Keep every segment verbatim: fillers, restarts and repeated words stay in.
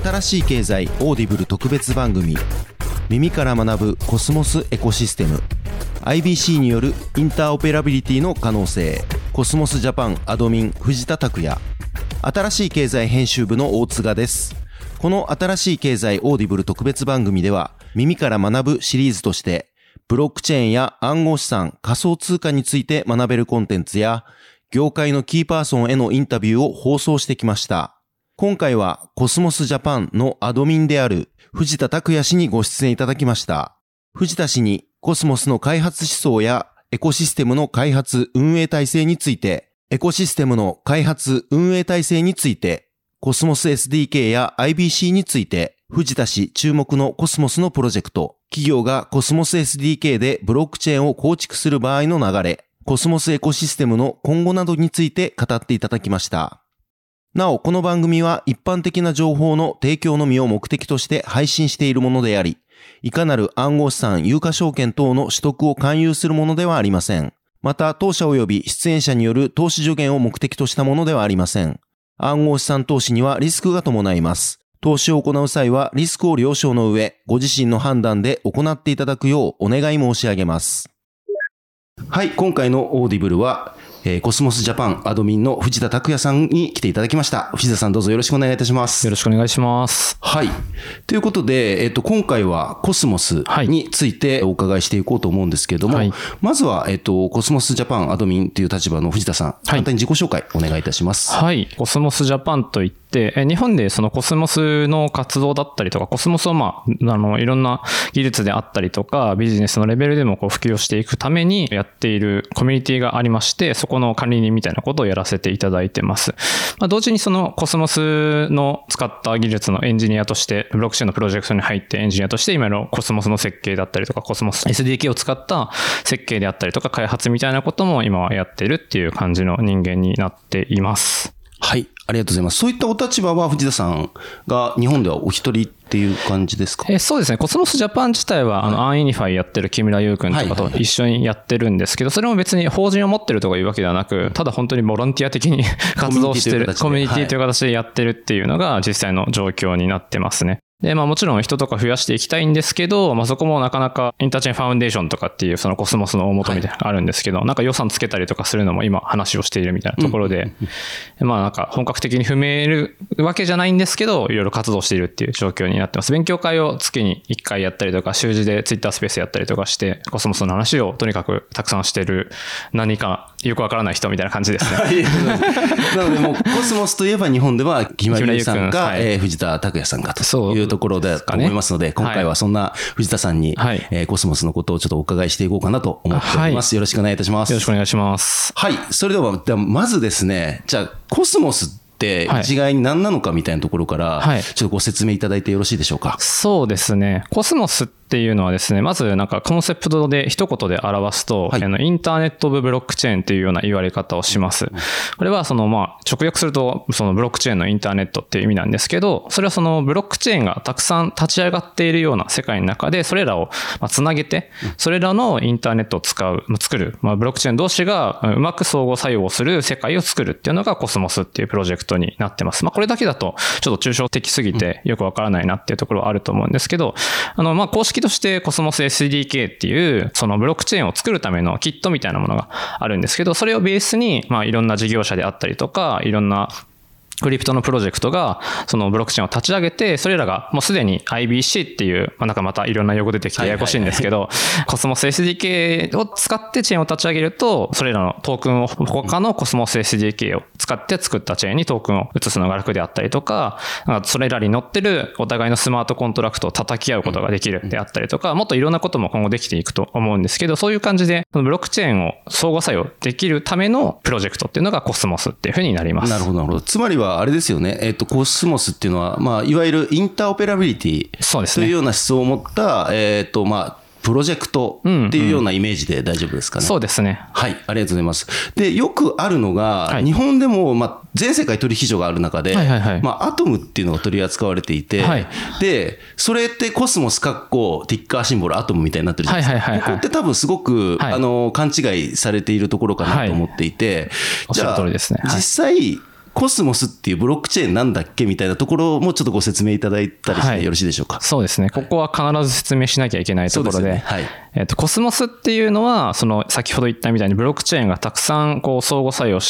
新しい経済オーディブル特別番組、耳から学ぶコスモスエコシステム。 アイビーシー によるインターオペラビリティの可能性。コスモスジャパンアドミン藤田拓也。新しい経済編集部の大塚です。この新しい経済オーディブル特別番組では、耳から学ぶシリーズとしてブロックチェーンや暗号資産、仮想通貨について学べるコンテンツや、業界のキーパーソンへのインタビューを放送してきました。今回はコスモスジャパンのアドミンである藤田拓也氏にご出演いただきました。藤田氏にコスモスの開発思想やエコシステムの開発運営体制について、エコシステムの開発運営体制について、コスモス エスディーケー や アイビーシー について、藤田氏注目のコスモスのプロジェクト、企業がコスモス エスディーケー でブロックチェーンを構築する場合の流れ、コスモスエコシステムの今後などについて語っていただきました。なお、この番組は一般的な情報の提供のみを目的として配信しているものであり、いかなる暗号資産、有価証券等の取得を勧誘するものではありません。また、当社及び出演者による投資助言を目的としたものではありません。暗号資産投資にはリスクが伴います。投資を行う際はリスクを了承の上、ご自身の判断で行っていただくようお願い申し上げます。はい、今回のオーディブルは、えー、コスモスジャパンアドミンの藤田拓也さんに来ていただきました。藤田さん、どうぞよろしくお願いいたします。 よろしくお願いします。 はい。ということで、えっと、今回はコスモスについてお伺いしていこうと思うんですけれども、はい、まずは、えっと、コスモスジャパンアドミンという立場の藤田さん、はい、簡単に自己紹介お願いいたします。 はい。コスモスジャパンといって、日本でそのコスモスの活動だったりとか、コスモスをまあ、あの、いろんな技術であったりとか、ビジネスのレベルでもこう普及をしていくためにやっているコミュニティがありまして、そこの管理人みたいなことをやらせていただいてます。まあ、同時にそのコスモスの使った技術のエンジニアとして、ブロックチェーンのプロジェクトに入ってエンジニアとして今のコスモスの設計だったりとか、コスモス エスディーケー を使った設計であったりとか開発みたいなことも今はやってるっていう感じの人間になっています。 はい、ありがとうございます。そういったお立場は藤田さんが日本ではお一人っていう感じですか？ えそうですね。コスモスジャパン自体は、はい、あの、アンイニファイやってる木村優君とかと一緒にやってるんですけど、それも別に法人を持ってるとかいうわけではなく、ただ本当にボランティア的に活動してる、コミュニティという形でやってるっていうのが実際の状況になってますね。で、まあもちろん人とか増やしていきたいんですけど、まあそこもなかなかインターチェーンファウンデーションとかっていうそのコスモスの大元みたいなのがあるんですけど、はい、なんか予算つけたりとかするのも今話をしているみたいなところで、うん、まあなんか本格的に踏めるわけじゃないんですけど、いろいろ活動しているっていう状況になってます。勉強会を月にいっかいやったりとか、週次でツイッタースペースやったりとかして、コスモスの話をとにかくたくさんしてる何かよくわからない人みたいな感じですね。 なのでもうコスモスといえば日本では木村優さんか、はい、えー、藤田拓也さんかというところでと思いますので、今回はそんな藤田さんに、はい、えー、コスモスのことをちょっとお伺いしていこうかなと思っております。はい、よろしくお願いいたします。 よろしくお願いします。 はい。それでは、ではまずですね、じゃあコスモスって一概に何なのかみたいなところから、はい、ちょっとご説明いただいてよろしいでしょうか。 そうですね。コスモスっていうのはですね、まずなんかコンセプトで一言で表すと、はい、あのインターネットオブブロックチェーンっていうような言われ方をします。これはそのまあ直訳するとそのブロックチェーンのインターネットっていう意味なんですけど、それはそのブロックチェーンがたくさん立ち上がっているような世界の中で、それらをまあつなげて、それらのインターネットを使う、作る、まあ、ブロックチェーン同士がうまく相互作用をする世界を作るっていうのがコスモスっていうプロジェクトになってます。まあこれだけだとちょっと抽象的すぎてよくわからないなっていうところはあると思うんですけど、あのまあ公式としてコスモス エスディーケー っていうそのブロックチェーンを作るためのキットみたいなものがあるんですけど、それをベースにまあいろんな事業者であったりとか、いろんなクリプトのプロジェクトがそのブロックチェーンを立ち上げて、それらがもうすでに アイビーシー っていう、まあ、なんかまたいろんな用語出てきてややこしいんですけど、コスモス エスディーケー を使ってチェーンを立ち上げると、それらのトークンを他のコスモス エスディーケー を使って作ったチェーンにトークンを移すのが楽であったりとか、それらに乗ってるお互いのスマートコントラクトを叩き合うことができるであったりとか、もっといろんなことも今後できていくと思うんですけど、そういう感じでブロックチェーンを相互作用できるためのプロジェクトっていうのがコスモスっていうふうになります。 なるほど、なるほど。つまりはあれですよね。えっと、コスモスっていうのは、まあ、いわゆるインターオペラビリティというような思想を持った、えっと、まあ、プロジェクトっていうようなイメージで大丈夫ですかね。 うんうん、そうですね。 はい、ありがとうございます。で、よくあるのが、はい、日本でも、まあ、全世界取引所がある中で、はいはいはい、まあ、アトムっていうのが取り扱われていて、はい、で、それってコスモスかっこティッカーシンボルアトムみたいになってるじゃないですか。はいはいはいはい、ここって多分すごく、はい、あの、勘違いされているところかなと思っていて、 はい、 じゃあ、 ね、 実際、 コスモスっていうブロックチェーンなんだっけみたいなところもちょっとご説明いただいたりしてよろしいでしょうか。 はい、そうですね。ここは必ず説明しなきゃいけないところで、でね、はい、えっと、コスモスっていうのは、その先ほど言ったみたいにブロックチェーンがたくさんこう相互作用して、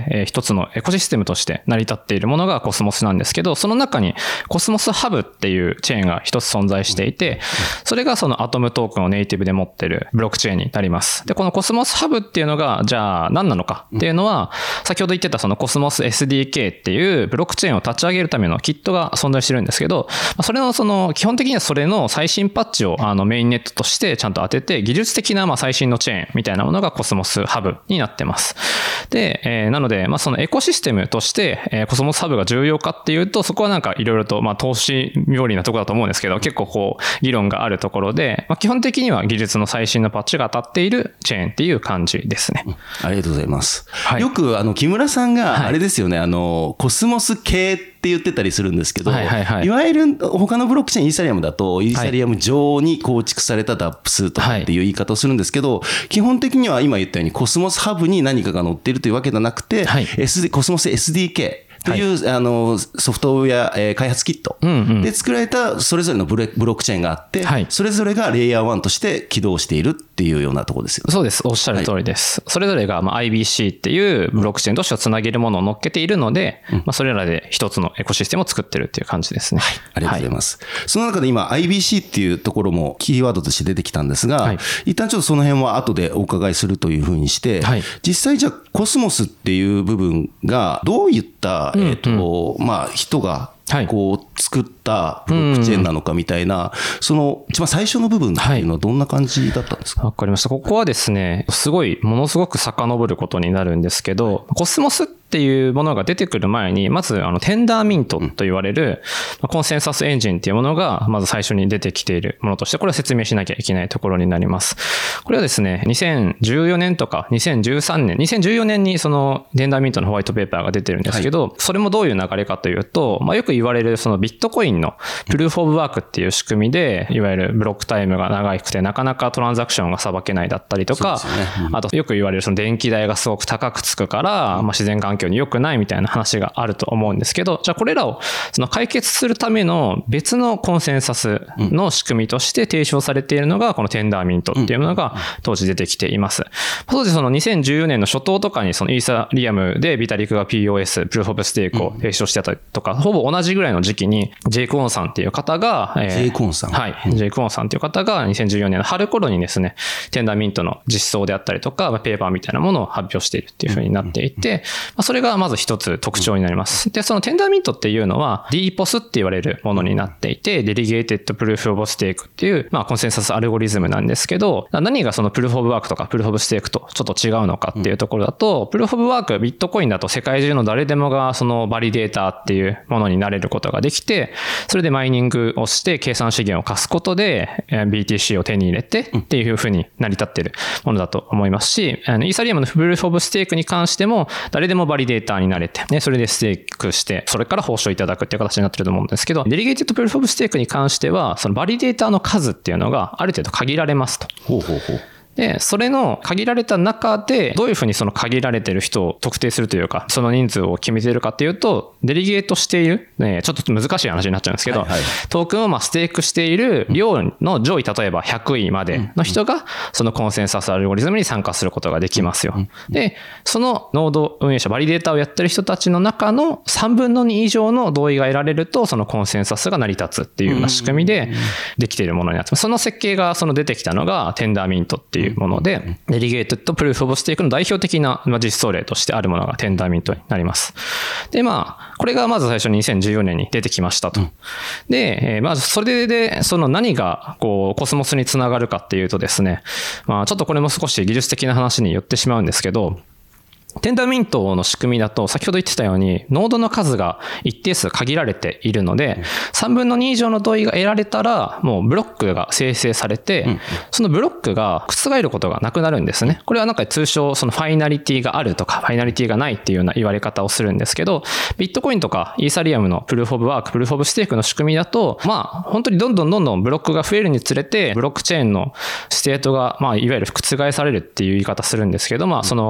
えー、一つのエコシステムとして成り立っているものがコスモスなんですけど、その中にコスモスハブっていうチェーンが一つ存在していて、それがそのアトムトークンをネイティブで持ってるブロックチェーンになります。で、このコスモスハブっていうのが、じゃあ何なのかっていうのは、先ほど言ってたそのコスモス エスディーケー っていうブロックチェーンを立ち上げるためのキットが存在してるんですけど、それのその基本的にはそれの最新パッチをあのメインネットとしてちゃんと当てて、技術的なまあ最新のチェーンみたいなものがコスモスハブになってます。で、えー、なので、まあそのエコシステムとして、えー、コスモスハブが重要かっていうと、そこはなんかいろいろとまあ投資冥利なところだと思うんですけど、結構こう議論があるところで、まあ基本的には技術の最新のパッチが当たっているチェーンっていう感じですね。 ありがとうございます。はい、よくあの木村さんがあれですよね、はい、あのコスモス系って言ってたりするんですけど、はいはいはい、いわゆる他のブロックチェーンイーサリアムだとイーサリアム上に構築されたダップスとかっていう言い方をするんですけど、はい、基本的には今言ったようにコスモスハブに何かが載っているというわけではなくて、はい、S、コスモス エスディーケーという、はい、あのソフトウェア、えー、開発キットで作られたそれぞれのブロックチェーンがあって、はい、それぞれがレイヤーワンとして起動しているっていうようなところですよね。 そうです。おっしゃる通りです。はい、それぞれがまあ アイビーシー っていうブロックチェーン同士をつなげるものを乗っけているので、うん、まあそれらで一つのエコシステムを作ってるっていう感じですね。 はい、ありがとうございます。はい、その中で今 アイビーシー っていうところもキーワードとして出てきたんですが、はい、一旦ちょっとその辺は後でお伺いするというふうにして、はい、実際じゃあコスモスっていう部分がどういった、えっと、まあ人がこう作ったブロックチェーンなのかみたいな、その一番最初の部分っていうのはどんな感じだったんですか？ わかりました。ここはですね、すごいものすごく遡ることになるんですけど、コスモスっていうものが出てくる前に、まずあのテンダーミントと言われるコンセンサスエンジンっていうものがまず最初に出てきているものとして、これは説明しなきゃいけないところになります。これはですね、にせんじゅうよねんとかにせんじゅうさんねん、にせんじゅうよねんにそのテンダーミントのホワイトペーパーが出てるんですけど、はい、それもどういう流れかというと、まあ、よく言われるそのビットコインのプルーフオブワークっていう仕組みで、いわゆるブロックタイムが長くてなかなかトランザクションがさばけないだったりとか、ね、うん、あとよく言われるその電気代がすごく高くつくから、まあ、自然環境に良くないみたいな話があると思うんですけど、じゃあこれらをその解決するための別のコンセンサスの仕組みとして提唱されているのがこのテンダーミントっていうものが当時出てきています。当時そのにせんじゅうよねんの初頭とかにそのイーサリアムでビタリクが ピーオーエス、プルーフオブステークを提唱してたりとか、ほぼ同じぐらいの時期にジェイク・オンさんっていう方が、 えー、ジェイク・オンさんはい、ジェイク・オンさんっていう方がにせんじゅうよねんの春頃にですね、テンダーミントの実装であったりとか、ペーパーみたいなものを発表しているっていう風になっていて、まあ、それがまず一つ特徴になります。で、そのテンダーミントっていうのは ディーポス って言われるものになっていて、デリゲーテッドプルーフオブステークっていう、まあ、コンセンサスアルゴリズムなんですけど、何がそのプルーフオブワークとかプルーフオブステークとちょっと違うのかっていうところだと、プルーフオブワーク、ビットコインだと世界中の誰でもがそのバリデーターっていうものになれることができて、それでマイニングをして計算資源を貸すことで ビーティーシー を手に入れてっていう風に成り立ってるものだと思いますし、イーサリアムのプルーフオブステークに関しても誰でもバリデーターになれて、ね、それでステークして、それから報酬いただくっていう形になってると思うんですけど、デリゲーテッドプルーフオブステークに関しては、そのバリデーターの数っていうのがある程度限られますと。 ほうほうほう。 で、それの限られた中で、どういうふうにその限られてる人を特定するというか、その人数を決めているかっていうと、デリゲートしている、ね、ちょっと難しい話になっちゃうんですけど、はいはい、トークンをまあステークしている量の上位、例えばひゃくいまでの人が、そのコンセンサスアルゴリズムに参加することができますよ。で、そのノード運営者、バリデータをやってる人たちの中のさんぶんのに以上の同意が得られると、そのコンセンサスが成り立つっていうような仕組みでできているものになってます。その設計がその出てきたのがテンダーミントっていうもので、デリゲートとプルーフオブステークの代表的な実装例としてあるものがテンダーミントになります。で、まあ、これがまず最初ににせんじゅうよねんに出てきましたと。で、まずそれで、その何がこうコスモスにつながるかっていうとですね、まあちょっとこれも少し技術的な話に寄ってしまうんですけど、テンダーミントの仕組みだと、先ほど言ってたように、ノードの数が一定数限られているので、さんぶんのに以上の同意が得られたら、もうブロックが生成されて、そのブロックが覆ることがなくなるんですね。これはなんか通称、そのファイナリティがあるとか、ファイナリティがないっていうような言われ方をするんですけど、ビットコインとかイーサリアムのプルーフオブワーク、プルーフオブステークの仕組みだと、まあ、本当にどんどんどんどんブロックが増えるにつれて、ブロックチェーンのステートが、まあ、いわゆる覆されるっていう言い方するんですけど、まあ、その、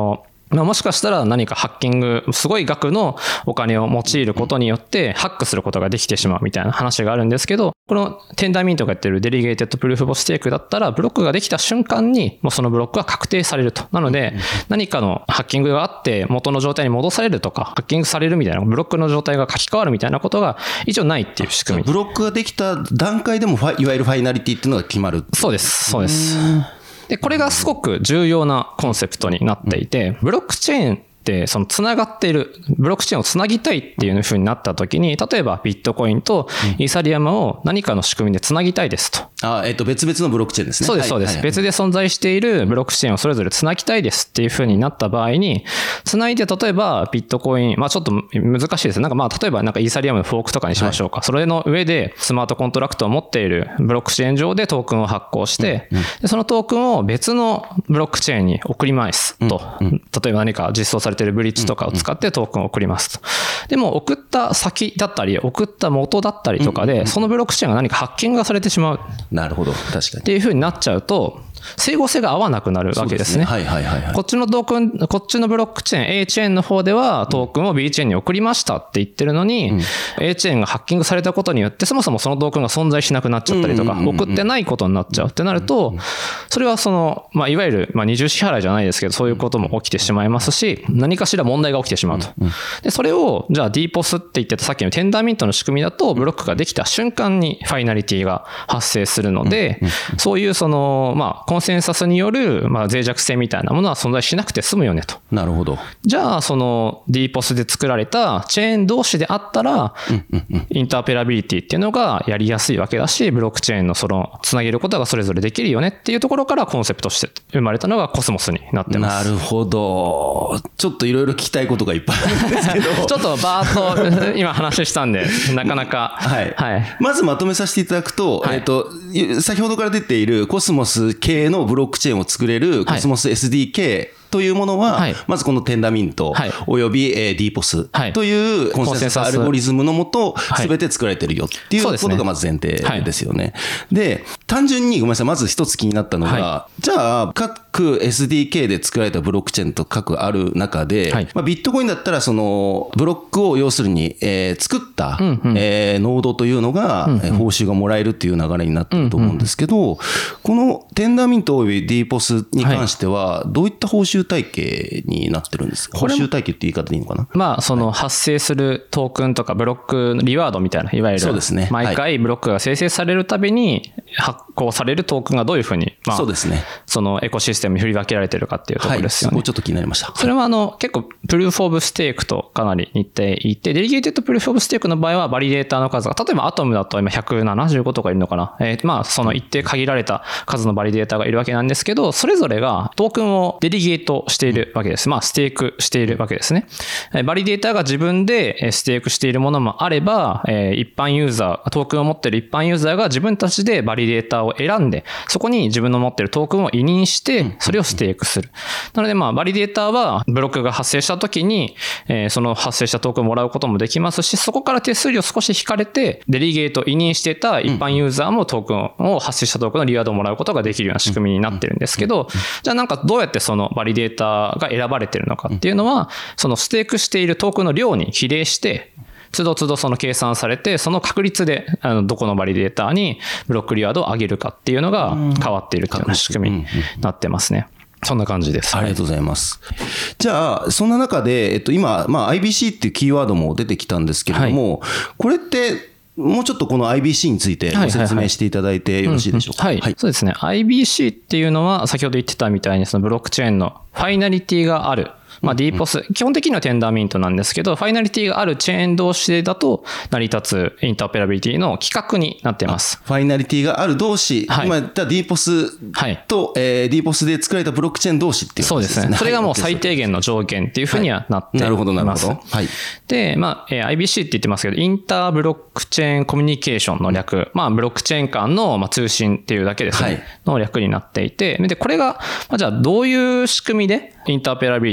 まあ、もしかしたら何かハッキング、すごい額のお金を用いることによってハックすることができてしまうみたいな話があるんですけど、このテンダーミントがやってるデリゲーテッドプルーフオブステークだったら、ブロックができた瞬間にもうそのブロックは確定されると。なので、何かのハッキングがあって元の状態に戻されるとか、ハッキングされるみたいな、ブロックの状態が書き換わるみたいなことが一応ないっていう仕組み。 ブロックができた段階でもファイ、いわゆるファイナリティっていうのが決まる。 そうです、そうです。で、これがすごく重要なコンセプトになっていて、ブロックチェーンでそのつながっているブロックチェーンをつなぎたいっていう風になった時に、例えばビットコインとイーサリアムを何かの仕組みでつなぎたいですと。 あ、えっと別々のブロックチェーンですね。 そうですそうです、はいはいはい、別で存在しているブロックチェーンをそれぞれつなぎたいですっていう風になった場合に、つないで例えばビットコイン、まあちょっと難しいです。なんかまあ例えばなんかイーサリアムのフォークとかにしましょうか、はい、それの上でスマートコントラクトを持っているブロックチェーン上でトークンを発行して、うんうん、でそのトークンを別のブロックチェーンに送りますと、うんうん、例えば何か実装されているブリッジとかを使ってトークンを送りますと。でも送った先だったり送った元だったりとかで、そのブロックチェーンが何かハッキングがされてしまう。 なるほど、確かに。 っていう風になっちゃうと、整合性が合わなくなるわけですね。 はいはいはいはい。 こっちのトークン、こっちのブロックチェーン A チェーンの方ではトークンを B チェーンに送りましたって言ってるのに、うん、A チェーンがハッキングされたことによってそもそもそのトークンが存在しなくなっちゃったりとか、送ってないことになっちゃうってなると、それはその、まあいわゆるまあ二重支払いじゃないですけど、そういうことも起きてしまいますし、何かしら問題が起きてしまうと。で、それをじゃあ ディーポス って言ってたさっきのテンダーミントの仕組みだと、ブロックができた瞬間にファイナリティが発生するので、そういうそのまあコンセンサスによるまあ脆弱性みたいなものは存在しなくて済むよねと。 なるほど。 じゃあその ディーポス で作られたチェーン同士であったら、インターペラビリティっていうのがやりやすいわけだし、ブロックチェーンのそのつなげることがそれぞれできるよねっていうところからコンセプトとして生まれたのがコスモスになってます。 なるほど。ちょっといろいろ聞きたいことがいっぱいあるんですけどちょっとバーッと今話したんでなかなかはい、はい、まずまとめさせていただくと、はい、えっと先ほどから出ているコスモス系のブロックチェーンを作れるコスモス エスディーケー、というものは、はい、まずこのテンダーミント、はい、および、えー、ディーポスというコンセンサスアルゴリズムのもと全て作られてるよっていうことがまず前提ですよね。で、単純にごめんなさい、まず一つ気になったのが、はい、じゃあ各 エスディーケー で作られたブロックチェーンと各ある中で、はい、まあ、ビットコインだったらそのブロックを要するに、えー、作った、うんうん、えー、ノードというのが、うんうん、報酬がもらえるっていう流れになってると思うんですけど、うんうん、このテンダーミントおよび ディーポス に関してはどういった報酬体系になってるんですか？報酬体系って言い方でいいのかな？まあ、その発生するトークンとかブロックのリワードみたいな、いわゆる毎回ブロックが生成されるたびに発行されるトークンがどういうふうに、まあ、そうですね、そのエコシステムに振り分けられてるかっていうところですよね。 はい、そこちょっと気になりました。 それはあの結構プルーフオブステークとかなり似ていて、デリゲーテッドプルーフオブステークの場合はバリデーターの数が、例えばアトムだと今ひゃくななじゅうごとかいるのかな。えー、まあその一定限られた数のバリデーターがいるわけなんですけど、それぞれがトークンをデリゲートしているわけです。まあステークしているわけですね。バリデーターが自分でステークしているものもあれば、一般ユーザー、トークンを持っている一般ユーザーが自分たちでバリデーターを選んで、そこに自分の持っているトークンを委任して、それをステークする。なのでまあバリデーターはブロックが発生した時に、その発生したトークンをもらうこともできますし、そこから手数料少し引かれて、デリゲート委任していた一般ユーザーもトークンを発生したトークンのリワードをもらうことができるような仕組みになってるんですけど、じゃあなんかどうやってそのバリデーターが選ばれてるのかっていうのは、そのステークしているトークンの量に比例して、都度都度その計算されて、その確率であのどこのバリデーターにブロックリワードを上げるかっていうのが変わっているというような仕組みになってますね。そんな感じです。 ありがとうございます。じゃあ、そんな中で、えっと、今、まあ、アイビーシー っていうキーワードも出てきたんですけれども、はい、これって、もうちょっとこの アイビーシー についてご説明していただいてよろしいでしょうか。 はい。そうですね。アイビーシー っていうのは、先ほど言ってたみたいに、そのブロックチェーンのファイナリティがある。まあ、ディーポス、基本的にはテンダーミントなんですけど、ファイナリティがあるチェーン同士だと成り立つインターペラビリティの規格になっています。 ファイナリティがある同士、はい、今言った ディーポス と、はい、えー、ディーポス で作られたブロックチェーン同士っていうことですね。 そうですね。それがもう最低限の条件っていうふうにはなっています。はい、なるほど、なるほど。はい。で、まあ、えー、アイビーシー って言ってますけど、インターブロックチェーンコミュニケーションの略、まあ、ブロックチェーン間のまあ通信っていうだけですね、はい、の略になっていて、で、これが、まあ、じゃあどういう仕組みでインターペラビリティを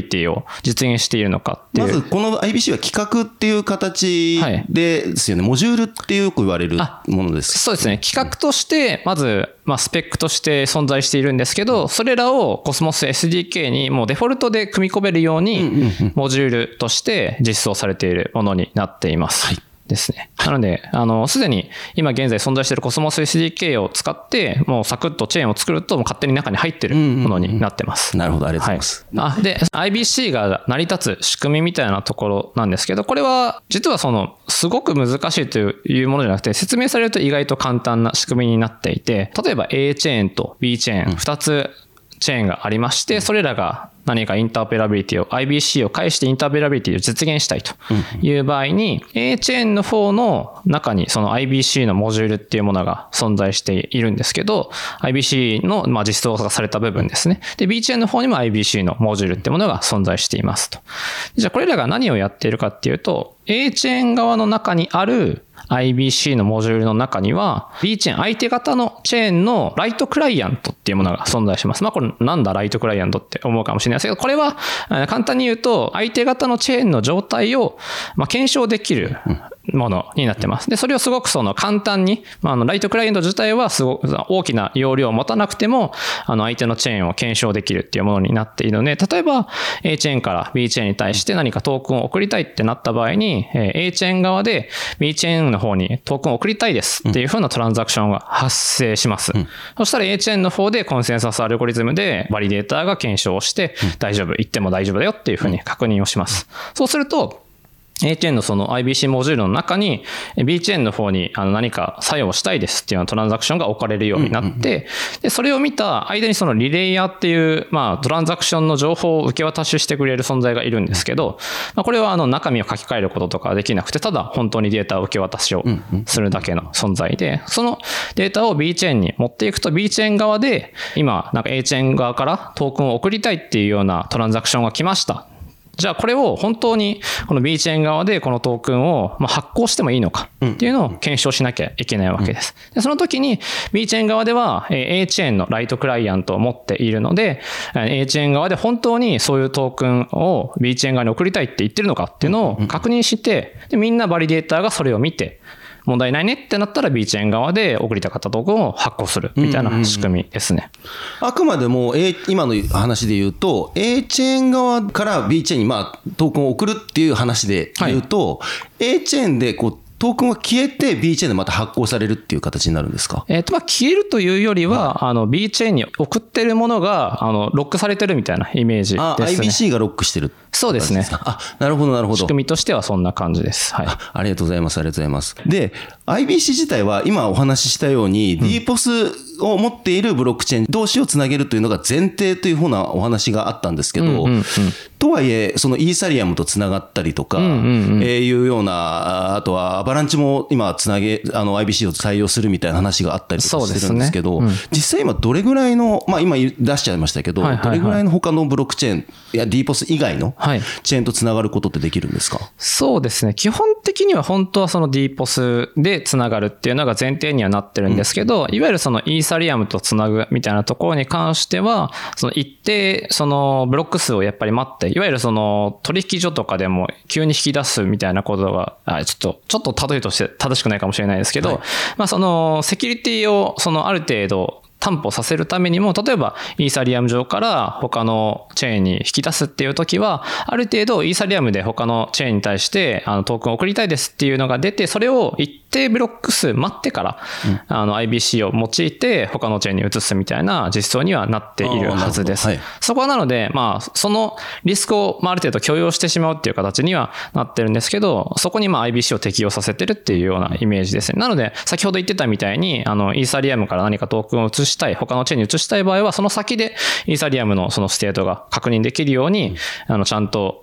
を実現しているのかっていう。 まずこの アイビーシー は企画っていう形でですよね、はい、モジュールってよく言われるものです。 そうですね。企画としてまず、まあ、スペックとして存在しているんですけど、それらを コスモス エスディーケー にもうデフォルトで組み込めるようにモジュールとして実装されているものになっています。はいですね。なので、あの、すでに今現在存在している コスモス エスディーケー を使って、もうサクッとチェーンを作ると、もう勝手に中に入ってるものになってます。 うんうんうん、なるほど、ありがとうございます。 はい、あで、アイビーシー が成り立つ仕組みみたいなところなんですけど、これは実はその、すごく難しいというものじゃなくて、説明されると意外と簡単な仕組みになっていて、例えば A チェーンと B チェーン、ふたつチェーンがありまして、それらが何かインターオペラビリティを アイビーシー を介してインターオペラビリティを実現したいという場合に、A チェーンの方の中にその アイビーシー のモジュールっていうものが存在しているんですけど、アイビーシー のまあ実装がされた部分ですね。で、B チェーンの方にも アイビーシー のモジュールっていうものが存在していますと。じゃあこれらが何をやっているかっていうと、A チェーン側の中にある アイビーシー のモジュールの中には B チェーン相手方のチェーンのライトクライアントっていうものが存在します。まあこれなんだライトクライアントって思うかもしれないですけど、これは簡単に言うと相手方のチェーンの状態をまあ検証できるものになってます。で、それをすごくその簡単に、まあ、あのライトクライアント自体はすごく大きな容量を持たなくても、あの相手のチェーンを検証できるっていうものになっているので、例えば A チェーンから B チェーンに対して何かトークンを送りたいってなった場合に、A チェーン側で B チェーンの方にトークンを送りたいですっていう風なトランザクションが発生します。うん、そしたら A チェーンの方でコンセンサスアルゴリズムでバリデーターが検証をして、大丈夫、言っても大丈夫だよっていう風に確認をします。そうすると、A チェーンのその アイビーシー モジュールの中に B チェーンの方にあの何か作用したいですっていうようなトランザクションが置かれるようになって、で、それを見た間にそのリレイヤーっていう、まあ、トランザクションの情報を受け渡ししてくれる存在がいるんですけど、まあ、これはあの中身を書き換えることとかはできなくて、ただ本当にデータを受け渡しをするだけの存在で、そのデータを B チェーンに持っていくと B チェーン側で、今なんか A チェーン側からトークンを送りたいっていうようなトランザクションが来ました。じゃあこれを本当にこの B チェーン側でこのトークンを発行してもいいのかっていうのを検証しなきゃいけないわけです。でその時に B チェーン側では A チェーンのライトクライアントを持っているので A チェーン側で本当にそういうトークンを B チェーン側に送りたいって言ってるのかっていうのを確認してでみんなバリデーターがそれを見て問題ないねってなったら B チェーン側で送りたかったトークンを発行するみたいな仕組みですね。 うんうんうん、あくまでも、A、今の話で言うと A チェーン側から B チェーンにまあトークンを送るっていう話で言うと、はい、A チェーンでこうトークンが消えて B チェーンでまた発行されるっていう形になるんですか？ えっとまあ消えるというよりは、はい、あの B チェーンに送ってるものがあのロックされてるみたいなイメージですね。 あ、アイビーシー がロックしてる。 そうですね。 あ、なるほどなるほど。 仕組みとしてはそんな感じです。はい。 あ、ありがとうございますありがとうございます。で、アイビーシー 自体は今お話ししたように、うん、ディーポス を持っているブロックチェーン同士をつなげるというのが前提というふうなお話があったんですけど、うんうんうん、とはいえそのイーサリアムとつながったりとか、うんうんうん、えー、いうような、あとはアバランチも今つなげあの アイビーシー を採用するみたいな話があったりとかしてるんですけど、ね、うん、実際今どれぐらいの、まあ今出しちゃいましたけど、はいはいはい、どれぐらいの他のブロックチェーンいや ディーポス 以外のチェーンとつながることってできるんですか？はい、 そうですね。基本的には本当はその ディーポス でつながるっていうのが前提にはなってるんですけど、うん、いわゆるそのイーサリアムとつなぐみたいなところに関しては、その一定そのブロック数をやっぱり待って、いわゆるその取引所とかでも急に引き出すみたいなことが、あ、ちょっと、ちょっと例えとして正しくないかもしれないですけど、はい、まあそのセキュリティをそのある程度担保させるためにも、例えばイーサリアム上から他のチェーンに引き出すっていうときは、ある程度イーサリアムで他のチェーンに対してあのトークンを送りたいですっていうのが出て、それを一定ブロック数待ってから、うん、あの アイビーシー を用いて他のチェーンに移すみたいな実装にはなっているはずです。はい、そこはなので、まあそのリスクをある程度許容してしまうっていう形にはなってるんですけど、そこにまあ アイビーシー を適用させてるっていうようなイメージですね。なので先ほど言ってたみたいに、あのイーサリアムから何かトークンを移したい、他のチェーンに移したい場合は、その先でイーサリアムのそのステートが確認できるように、あのちゃんと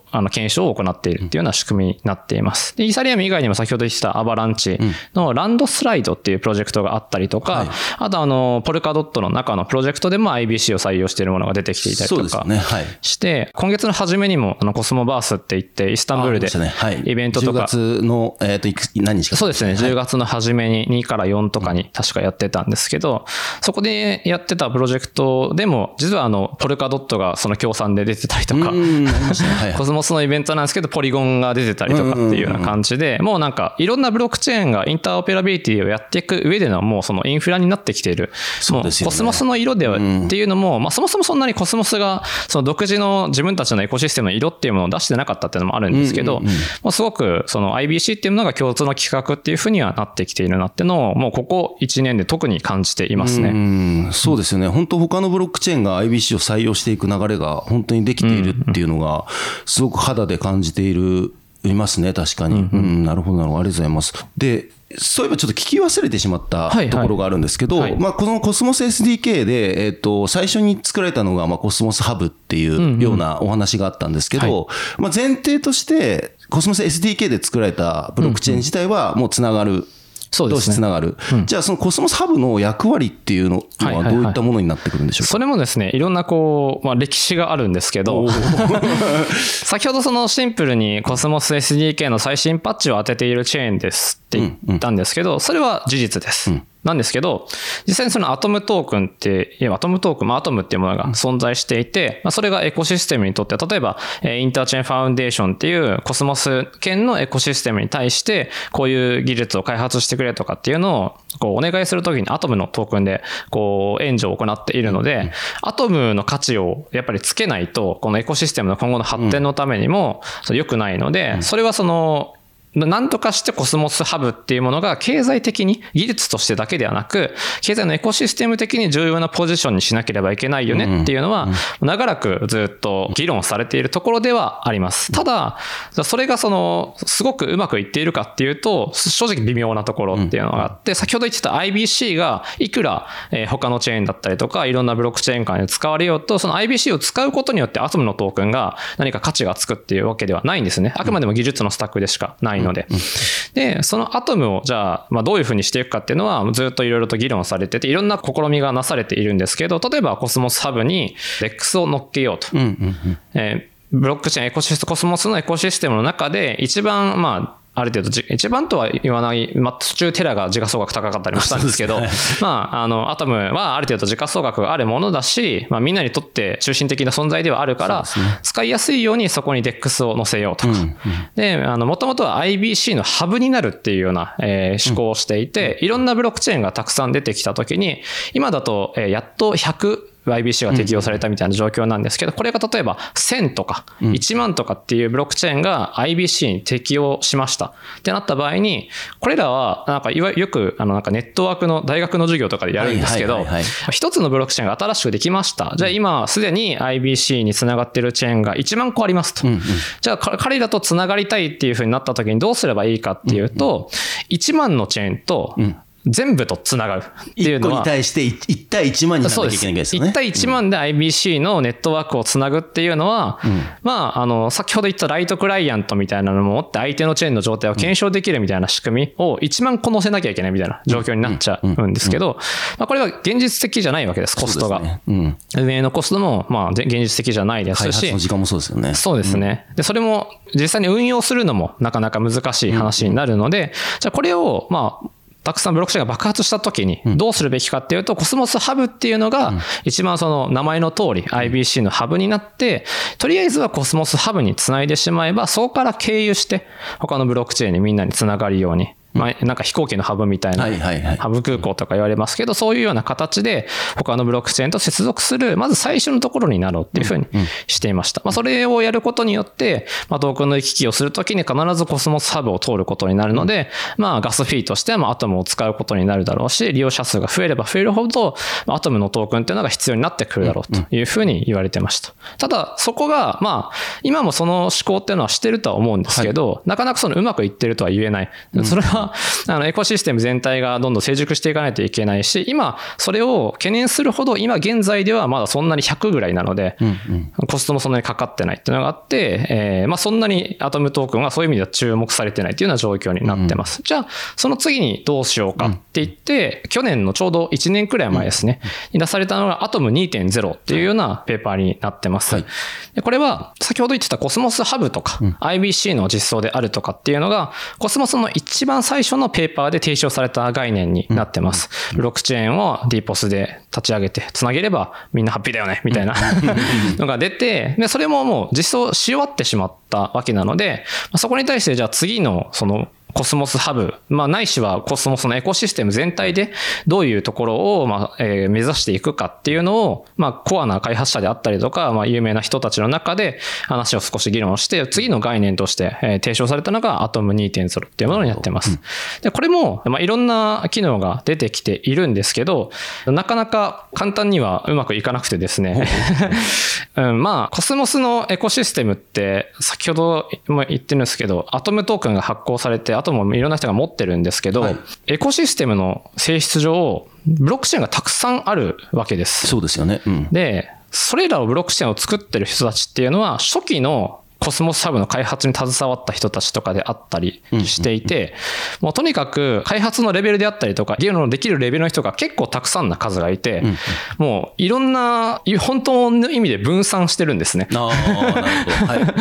あの検証を行っているっていうような仕組みになっています。で、イーサリアム以外にも先ほど言ってたアバランチのランドスライドっていうプロジェクトがあったりとか、はい、あとあの、ポルカドットの中のプロジェクトでも アイビーシー を採用しているものが出てきていたりとかして、今月の初めにもあのコスモバースって言ってイスタンブールでイベントとか、 じゅうがつの、えっと、何日か。 そうですね、じゅうがつの初めににからよんとかに確かやってたんですけど、そこでやってたプロジェクトでも、実はあの、ポルカドットがその協賛で出てたりとか、コスモスのイベントなんですけど、ポリゴンが出てたりとかっていうような感じで、もうなんかいろんなブロックチェーンがインターオペラビリティをやっていく上でのもうそのインフラになってきている。そうですよね。コスモスの色ではっていうのも、まあそもそもそんなにコスモスがその独自の自分たちのエコシステムの色っていうものを出してなかったっていうのもあるんですけど、もうすごくその アイビーシー っていうものが共通の企画っていうふうにはなってきているなっていうのをもうここいちねんで特に感じていますね。 うん、そうですよね。本当他のブロックチェーンが アイビーシー を採用していく流れが本当にできているっていうのがすごく肌で感じているいますね。確かに、うんうん、なるほどなるほど、ありがとうございます。で、そういえばちょっと聞き忘れてしまったところがあるんですけど、はいはい、まあ、このコスモス エスディーケー で、えっと、最初に作られたのが、まあ、コスモスハブっていうようなお話があったんですけど、うんうん、はい、まあ、前提として、コスモス エスディーケー で作られたブロックチェーン自体はもうつながる。うんうん、そうですね、同士つながる、うん、じゃあそのコスモスハブの役割っていうのはどういったものになってくるんでしょうか。 それもですね、いろんなこう、まあ、歴史があるんですけど先ほどそのシンプルにコスモス エスディーケー の最新パッチを当てているチェーンですって言ったんですけど、それは事実です、うん、なんですけど、実際にそのアトムトークンって、いやアトムトークン、まあ、アトムっていうものが存在していて、まあ、それがエコシステムにとって、例えば、インターチェーンファウンデーションっていうコスモス圏のエコシステムに対して、こういう技術を開発してくれとかっていうのを、こう、お願いするときにアトムのトークンで、こう、援助を行っているので、アトムの価値をやっぱりつけないと、このエコシステムの今後の発展のためにも、良くないので、それはその、なんとかしてコスモスハブっていうものが経済的に技術としてだけではなく、経済のエコシステム的に重要なポジションにしなければいけないよねっていうのは、長らくずっと議論されているところではあります。ただ、それがその、すごくうまくいっているかっていうと、正直微妙なところっていうのがあって、先ほど言ってた アイビーシー がいくら他のチェーンだったりとか、いろんなブロックチェーン間で使われようと、その アイビーシー を使うことによってアトムのトークンが何か価値がつくっていうわけではないんですね。あくまでも技術のスタックでしかないので。で、そのアトムをじゃあ、まあ、どういうふうにしていくかっていうのはずっといろいろと議論されてて、いろんな試みがなされているんですけど、例えばコスモスハブに デックス を乗っけようと。うんうんうん、えー、ブロックチェーンエコシステム、コスモスのエコシステムの中で一番、まあ、ある程度じ、一番とは言わない、まあ、途中テラが時価総額高かったりもしたんですけど、まあ、あの、アトムはある程度時価総額があるものだし、まあ、みんなにとって中心的な存在ではあるから、ね、使いやすいようにそこに デックス を載せようとか。うんうん、で、あの、もともとは アイビーシー のハブになるっていうような、えー、思考をしていて、うん、いろんなブロックチェーンがたくさん出てきたときに、今だと、えー、やっとひゃく、アイビーシー が適用されたみたいな状況なんですけど、これが例えばせんとかいちまんとかっていうブロックチェーンが アイビーシー に適用しましたってなった場合に、これらはなんかいわよくあのなんかネットワークの大学の授業とかでやるんですけど、一つのブロックチェーンが新しくできました。じゃあ今すでに アイビーシー につながっているチェーンがいちまんこありますと。じゃあ彼らとつながりたいっていうふうになった時にどうすればいいかっていうと、いちまんのチェーンと全部とつながるっていうのは。 いっこに対していち対いちまんにならなきゃいけないわけですよね。 いち対いちまんで アイビーシー のネットワークをつなぐっていうのは、うん、まあ、あの、先ほど言ったライトクライアントみたいなのも持って相手のチェーンの状態を検証できるみたいな仕組みをいちまんこ載せなきゃいけないみたいな状況になっちゃうんですけど、まあ、これは現実的じゃないわけです、コストが。ね、うん、運営のコストも、まあ、現実的じゃないですし。開発の時間もそうですよね。 そうですね。で、それも実際に運用するのもなかなか難しい話になるので、じゃあこれを、まあ、たくさんブロックチェーンが爆発した時にどうするべきかっていうと、コスモスハブっていうのが一番その名前の通り アイビーシー のハブになって、とりあえずはコスモスハブにつないでしまえば、そこから経由して他のブロックチェーンにみんなにつながるように、まあ、なんか飛行機のハブみたいな、ハブ空港とか言われますけど、そういうような形で他のブロックチェーンと接続する、まず最初のところになろうっていうふうにしていました。まあ、それをやることによって、まあ、トークンの行き来をするときに必ずコスモスハブを通ることになるので、まあ、ガスフィーとしてはアトムを使うことになるだろうし、利用者数が増えれば増えるほど、アトムのトークンっていうのが必要になってくるだろうというふうに言われてました。ただ、そこが、まあ、今もその思考っていうのはしてるとは思うんですけど、はい、なかなかそのうまくいってるとは言えない。それはは、あの、エコシステム全体がどんどん成熟していかないといけないし、今、それを懸念するほど、今現在ではまだそんなにひゃくぐらいなので、うんうん、コストもそんなにかかってないっていうのがあって、えー、まあそんなにアトムトークンはそういう意味では注目されてないっていうような状況になってます。うん、じゃあ、その次にどうしようかって言って、うん、去年のちょうどいちねんくらい前ですね、うん、に出されたのがアトム にてんゼロ っていうようなペーパーになってます。はい、でこれは、先ほど言ってたコスモスハブとか、うん、アイビーシー の実装であるとかっていうのが、コスモスの一番最初のペーパーで提唱された概念になってます。うん、ブロックチェーンを ディーポス で立ち上げて、つなげればみんなハッピーだよね、みたいなのが出て、で、それももう実装し終わってしまったわけなので、そこに対してじゃあ次のそのコスモスハブ、まあないしはコスモスのエコシステム全体でどういうところをまあ、えー、目指していくかっていうのを、まあコアな開発者であったりとか、まあ有名な人たちの中で話を少し議論して、次の概念として、えー、提唱されたのがアトム にてんゼロ っていうものになってます。うん、で、これも、まあいろんな機能が出てきているんですけど、なかなか簡単にはうまくいかなくてですね、うん、まあコスモスのエコシステムって先ほども言ってるんですけど、アトムトークンが発行されて、あともいろんな人が持ってるんですけど、はい、エコシステムの性質上、ブロックチェーンがたくさんあるわけです。 そうですよね。うん、で、 それらをブロックチェーンを作ってる人たちっていうのは、初期のコスモスハブの開発に携わった人たちとかであったりしていて、もうとにかく開発のレベルであったりとか、議論できるレベルの人が結構たくさんな数がいて、もういろんな、本当の意味で分散してるんですね。ああ、なるほど。はい、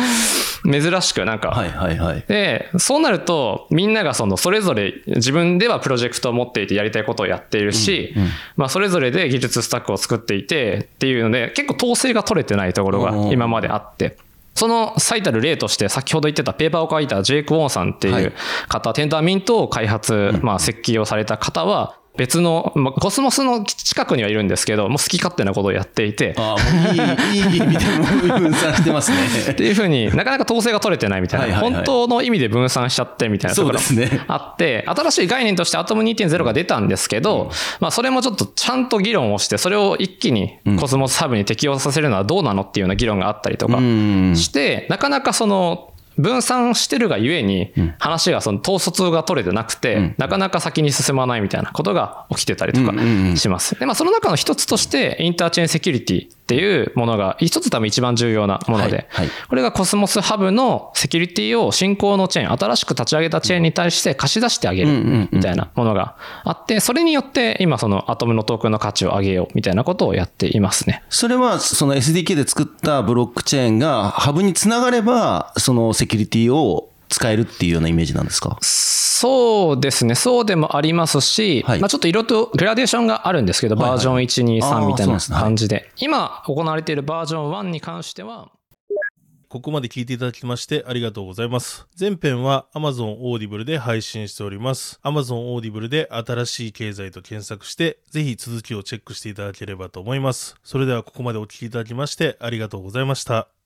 珍しくなんか、はいはいはい。で、そうなるとみんながそのそれぞれ自分ではプロジェクトを持っていてやりたいことをやっているし、うんうん、まあそれぞれで技術スタックを作っていてっていうので、結構統制が取れてないところが今まであって、その最たる例として先ほど言ってたペーパーを書いたジェイク・ウォンさんっていう方、はい、テンダーミントを開発、まあ設計をされた方は、別の、まあ、コスモスの近くにはいるんですけど、もう好き勝手なことをやっていて。ああ、もういい、いい意味で分散してますね。っていうふうになかなか統制が取れてないみたいな、はいはいはい、本当の意味で分散しちゃってみたいなところがあって、ね、新しい概念としてアトム にてんゼロ が出たんですけど、うん、まあそれもちょっとちゃんと議論をして、それを一気にコスモスハブに適用させるのはどうなのっていうような議論があったりとかして、なかなかその、分散してるがゆえに話がその統率が取れてなくて、うん、なかなか先に進まないみたいなことが起きてたりとかします。で、まあその中の一つとしてインターチェーンセキュリティっていうものが一つ多分一番重要なもので、はいはい、これがコスモスハブのセキュリティを新興のチェーン、新しく立ち上げたチェーンに対して貸し出してあげるみたいなものがあって、それによって今そのアトムのトークンの価値を上げようみたいなことをやっていますね。 それはその エスディーケー で作ったブロックチェーンがハブにつながれば、そのセキュリティを使えるっていうようなイメージなんですか？ そうですね。そうでもありますし、はい、まあちょっといろいろとグラデーションがあるんですけど、はいはい、バージョンいち、に、さんみたいな感じで、はい、今行われているバージョンいちに関しては、 ここまで聞いていただきましてありがとうございます。前編は Amazon Audible で配信しております。Amazon Audible で新しい経済と検索して、ぜひ続きをチェックしていただければと思います。それではここまでお聞きいただきましてありがとうございました。